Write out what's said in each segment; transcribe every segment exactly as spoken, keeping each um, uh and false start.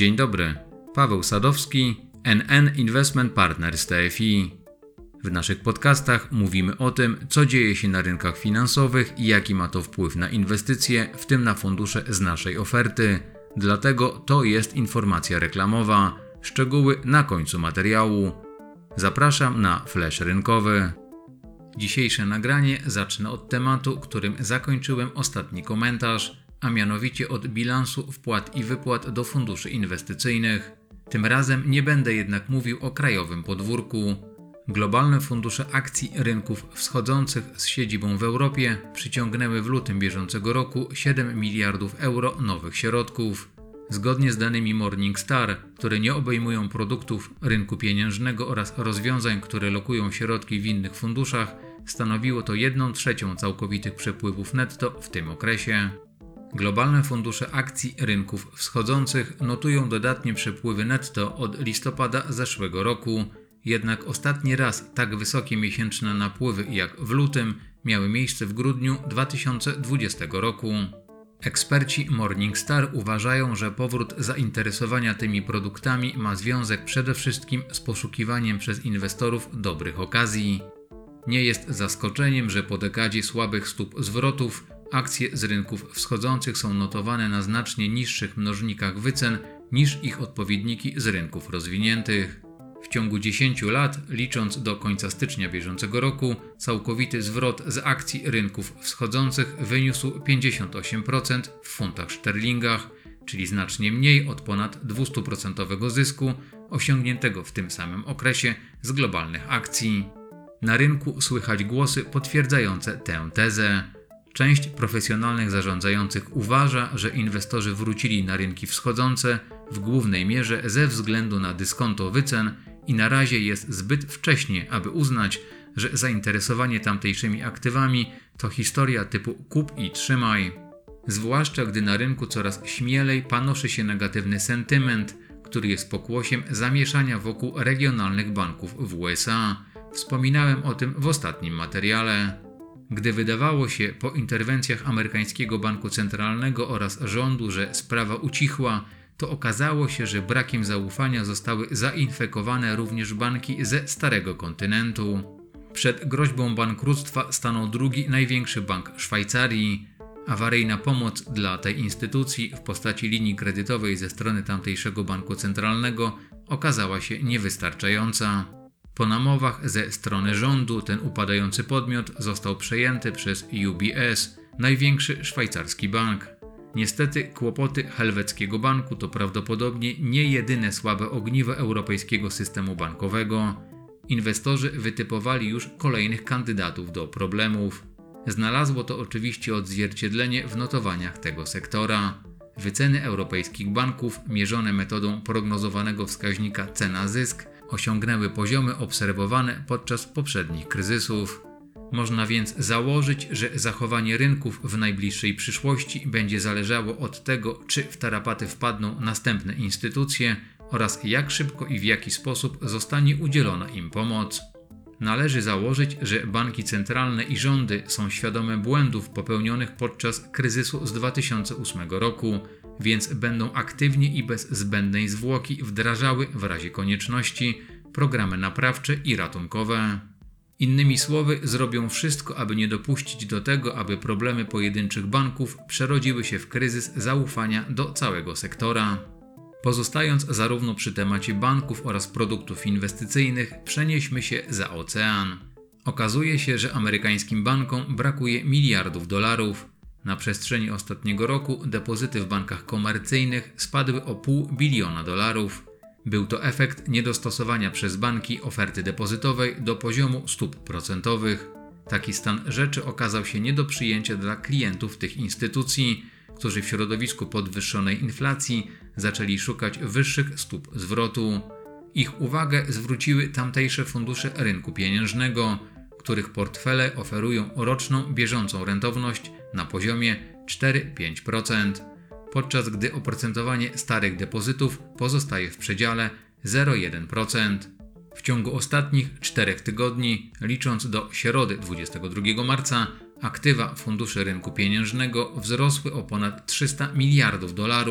Dzień dobry, Paweł Sadowski, N N Investment Partners T F I. W naszych podcastach mówimy o tym, co dzieje się na rynkach finansowych i jaki ma to wpływ na inwestycje, w tym na fundusze z naszej oferty. Dlatego to jest informacja reklamowa. Szczegóły na końcu materiału. Zapraszam na flash rynkowy. Dzisiejsze nagranie zacznę od tematu, którym zakończyłem ostatni komentarz, a mianowicie od bilansu wpłat i wypłat do funduszy inwestycyjnych. Tym razem nie będę jednak mówił o krajowym podwórku. Globalne fundusze akcji rynków wschodzących z siedzibą w Europie przyciągnęły w lutym bieżącego roku siedem miliardów euro nowych środków. Zgodnie z danymi Morningstar, które nie obejmują produktów rynku pieniężnego oraz rozwiązań, które lokują środki w innych funduszach, stanowiło to jedną trzecią całkowitych przepływów netto w tym okresie. Globalne fundusze akcji rynków wschodzących notują dodatnie przepływy netto od listopada zeszłego roku, jednak ostatni raz tak wysokie miesięczne napływy jak w lutym miały miejsce w grudniu dwa tysiące dwudziestego roku. Eksperci Morningstar uważają, że powrót zainteresowania tymi produktami ma związek przede wszystkim z poszukiwaniem przez inwestorów dobrych okazji. Nie jest zaskoczeniem, że po dekadzie słabych stóp zwrotów akcje z rynków wschodzących są notowane na znacznie niższych mnożnikach wycen niż ich odpowiedniki z rynków rozwiniętych. W ciągu dziesięciu lat, licząc do końca stycznia bieżącego roku, całkowity zwrot z akcji rynków wschodzących wyniósł pięćdziesiąt osiem procent w funtach szterlingach, czyli znacznie mniej od ponad dwustu procent zysku osiągniętego w tym samym okresie z globalnych akcji. Na rynku słychać głosy potwierdzające tę tezę. Część profesjonalnych zarządzających uważa, że inwestorzy wrócili na rynki wschodzące w głównej mierze ze względu na dyskonto wycen i na razie jest zbyt wcześnie, aby uznać, że zainteresowanie tamtejszymi aktywami to historia typu kup i trzymaj. Zwłaszcza gdy na rynku coraz śmielej panoszy się negatywny sentyment, który jest pokłosiem zamieszania wokół regionalnych banków w U S A. Wspominałem o tym w ostatnim materiale. Gdy wydawało się po interwencjach amerykańskiego banku centralnego oraz rządu, że sprawa ucichła, to okazało się, że brakiem zaufania zostały zainfekowane również banki ze starego kontynentu. Przed groźbą bankructwa stanął drugi największy bank Szwajcarii. Awaryjna pomoc dla tej instytucji w postaci linii kredytowej ze strony tamtejszego banku centralnego okazała się niewystarczająca. Po namowach ze strony rządu ten upadający podmiot został przejęty przez U B S, największy szwajcarski bank. Niestety kłopoty helweckiego banku to prawdopodobnie nie jedyne słabe ogniwo europejskiego systemu bankowego. Inwestorzy wytypowali już kolejnych kandydatów do problemów. Znalazło to oczywiście odzwierciedlenie w notowaniach tego sektora. Wyceny europejskich banków mierzone metodą prognozowanego wskaźnika cena-zysk osiągnęły poziomy obserwowane podczas poprzednich kryzysów. Można więc założyć, że zachowanie rynków w najbliższej przyszłości będzie zależało od tego, czy w tarapaty wpadną następne instytucje oraz jak szybko i w jaki sposób zostanie udzielona im pomoc. Należy założyć, że banki centralne i rządy są świadome błędów popełnionych podczas kryzysu z dwa tysiące ósmego roku, więc będą aktywnie i bez zbędnej zwłoki wdrażały w razie konieczności programy naprawcze i ratunkowe. Innymi słowy, zrobią wszystko, aby nie dopuścić do tego, aby problemy pojedynczych banków przerodziły się w kryzys zaufania do całego sektora. Pozostając zarówno przy temacie banków oraz produktów inwestycyjnych, przenieśmy się za ocean. Okazuje się, że amerykańskim bankom brakuje miliardów dolarów. Na przestrzeni ostatniego roku depozyty w bankach komercyjnych spadły o pół biliona dolarów. Był to efekt niedostosowania przez banki oferty depozytowej do poziomu stóp procentowych. Taki stan rzeczy okazał się nie do przyjęcia dla klientów tych instytucji, którzy w środowisku podwyższonej inflacji zaczęli szukać wyższych stóp zwrotu. Ich uwagę zwróciły tamtejsze fundusze rynku pieniężnego, których portfele oferują roczną bieżącą rentowność na poziomie cztery do pięciu procent, podczas gdy oprocentowanie starych depozytów pozostaje w przedziale zero przecinek jeden procent. W ciągu ostatnich czterech tygodni, licząc do środy dwudziestego drugiego marca, aktywa funduszy rynku pieniężnego wzrosły o ponad trzysta miliardów dolarów,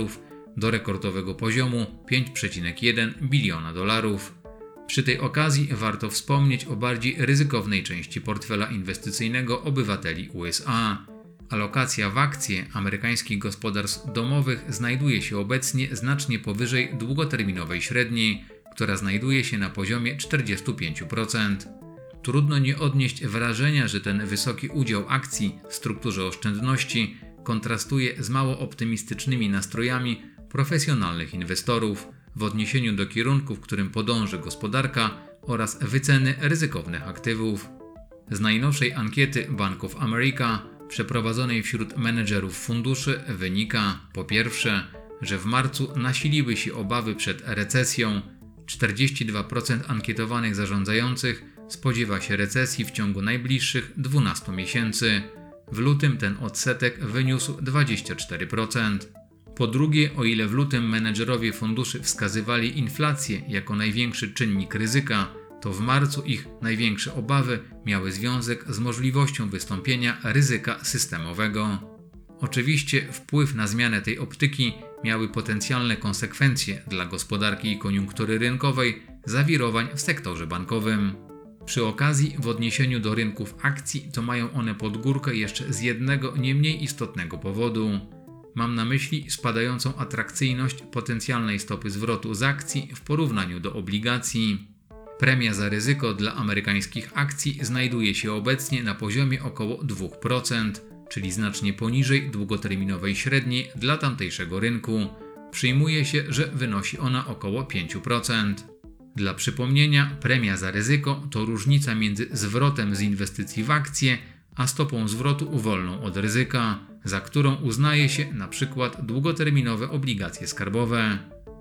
do rekordowego poziomu pięć przecinek jeden biliona dolarów. Przy tej okazji warto wspomnieć o bardziej ryzykownej części portfela inwestycyjnego obywateli U S A. Alokacja w akcje amerykańskich gospodarstw domowych znajduje się obecnie znacznie powyżej długoterminowej średniej, która znajduje się na poziomie czterdzieści pięć procent. Trudno nie odnieść wrażenia, że ten wysoki udział akcji w strukturze oszczędności kontrastuje z mało optymistycznymi nastrojami profesjonalnych inwestorów w odniesieniu do kierunku, w którym podąży gospodarka oraz wyceny ryzykownych aktywów. Z najnowszej ankiety Bank of America przeprowadzonej wśród menedżerów funduszy wynika, po pierwsze, że w marcu nasiliły się obawy przed recesją. czterdzieści dwa procent ankietowanych zarządzających spodziewa się recesji w ciągu najbliższych dwunastu miesięcy. W lutym ten odsetek wyniósł dwadzieścia cztery procent. Po drugie, o ile w lutym menedżerowie funduszy wskazywali inflację jako największy czynnik ryzyka, to w marcu ich największe obawy miały związek z możliwością wystąpienia ryzyka systemowego. Oczywiście wpływ na zmianę tej optyki miały potencjalne konsekwencje dla gospodarki i koniunktury rynkowej zawirowań w sektorze bankowym. Przy okazji w odniesieniu do rynków akcji to mają one podgórkę jeszcze z jednego nie mniej istotnego powodu. Mam na myśli spadającą atrakcyjność potencjalnej stopy zwrotu z akcji w porównaniu do obligacji. Premia za ryzyko dla amerykańskich akcji znajduje się obecnie na poziomie około dwa procent, czyli znacznie poniżej długoterminowej średniej dla tamtejszego rynku. Przyjmuje się, że wynosi ona około pięć procent. Dla przypomnienia, premia za ryzyko to różnica między zwrotem z inwestycji w akcje, a stopą zwrotu wolną od ryzyka, za którą uznaje się na przykład długoterminowe obligacje skarbowe.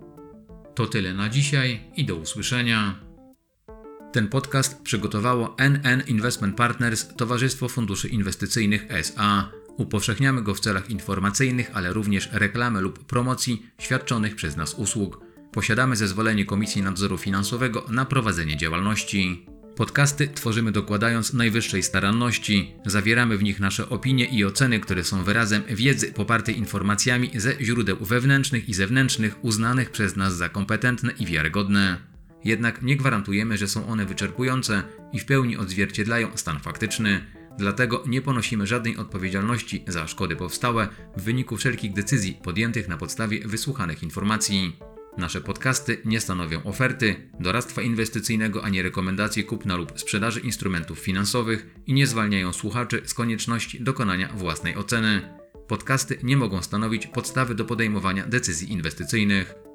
To tyle na dzisiaj i do usłyszenia. Ten podcast przygotowało N N Investment Partners, Towarzystwo Funduszy Inwestycyjnych S A. Upowszechniamy go w celach informacyjnych, ale również reklamy lub promocji świadczonych przez nas usług. Posiadamy zezwolenie Komisji Nadzoru Finansowego na prowadzenie działalności. Podcasty tworzymy dokładając najwyższej staranności. Zawieramy w nich nasze opinie i oceny, które są wyrazem wiedzy popartej informacjami ze źródeł wewnętrznych i zewnętrznych uznanych przez nas za kompetentne i wiarygodne. Jednak nie gwarantujemy, że są one wyczerpujące i w pełni odzwierciedlają stan faktyczny. Dlatego nie ponosimy żadnej odpowiedzialności za szkody powstałe w wyniku wszelkich decyzji podjętych na podstawie wysłuchanych informacji. Nasze podcasty nie stanowią oferty, doradztwa inwestycyjnego ani rekomendacji kupna lub sprzedaży instrumentów finansowych i nie zwalniają słuchaczy z konieczności dokonania własnej oceny. Podcasty nie mogą stanowić podstawy do podejmowania decyzji inwestycyjnych.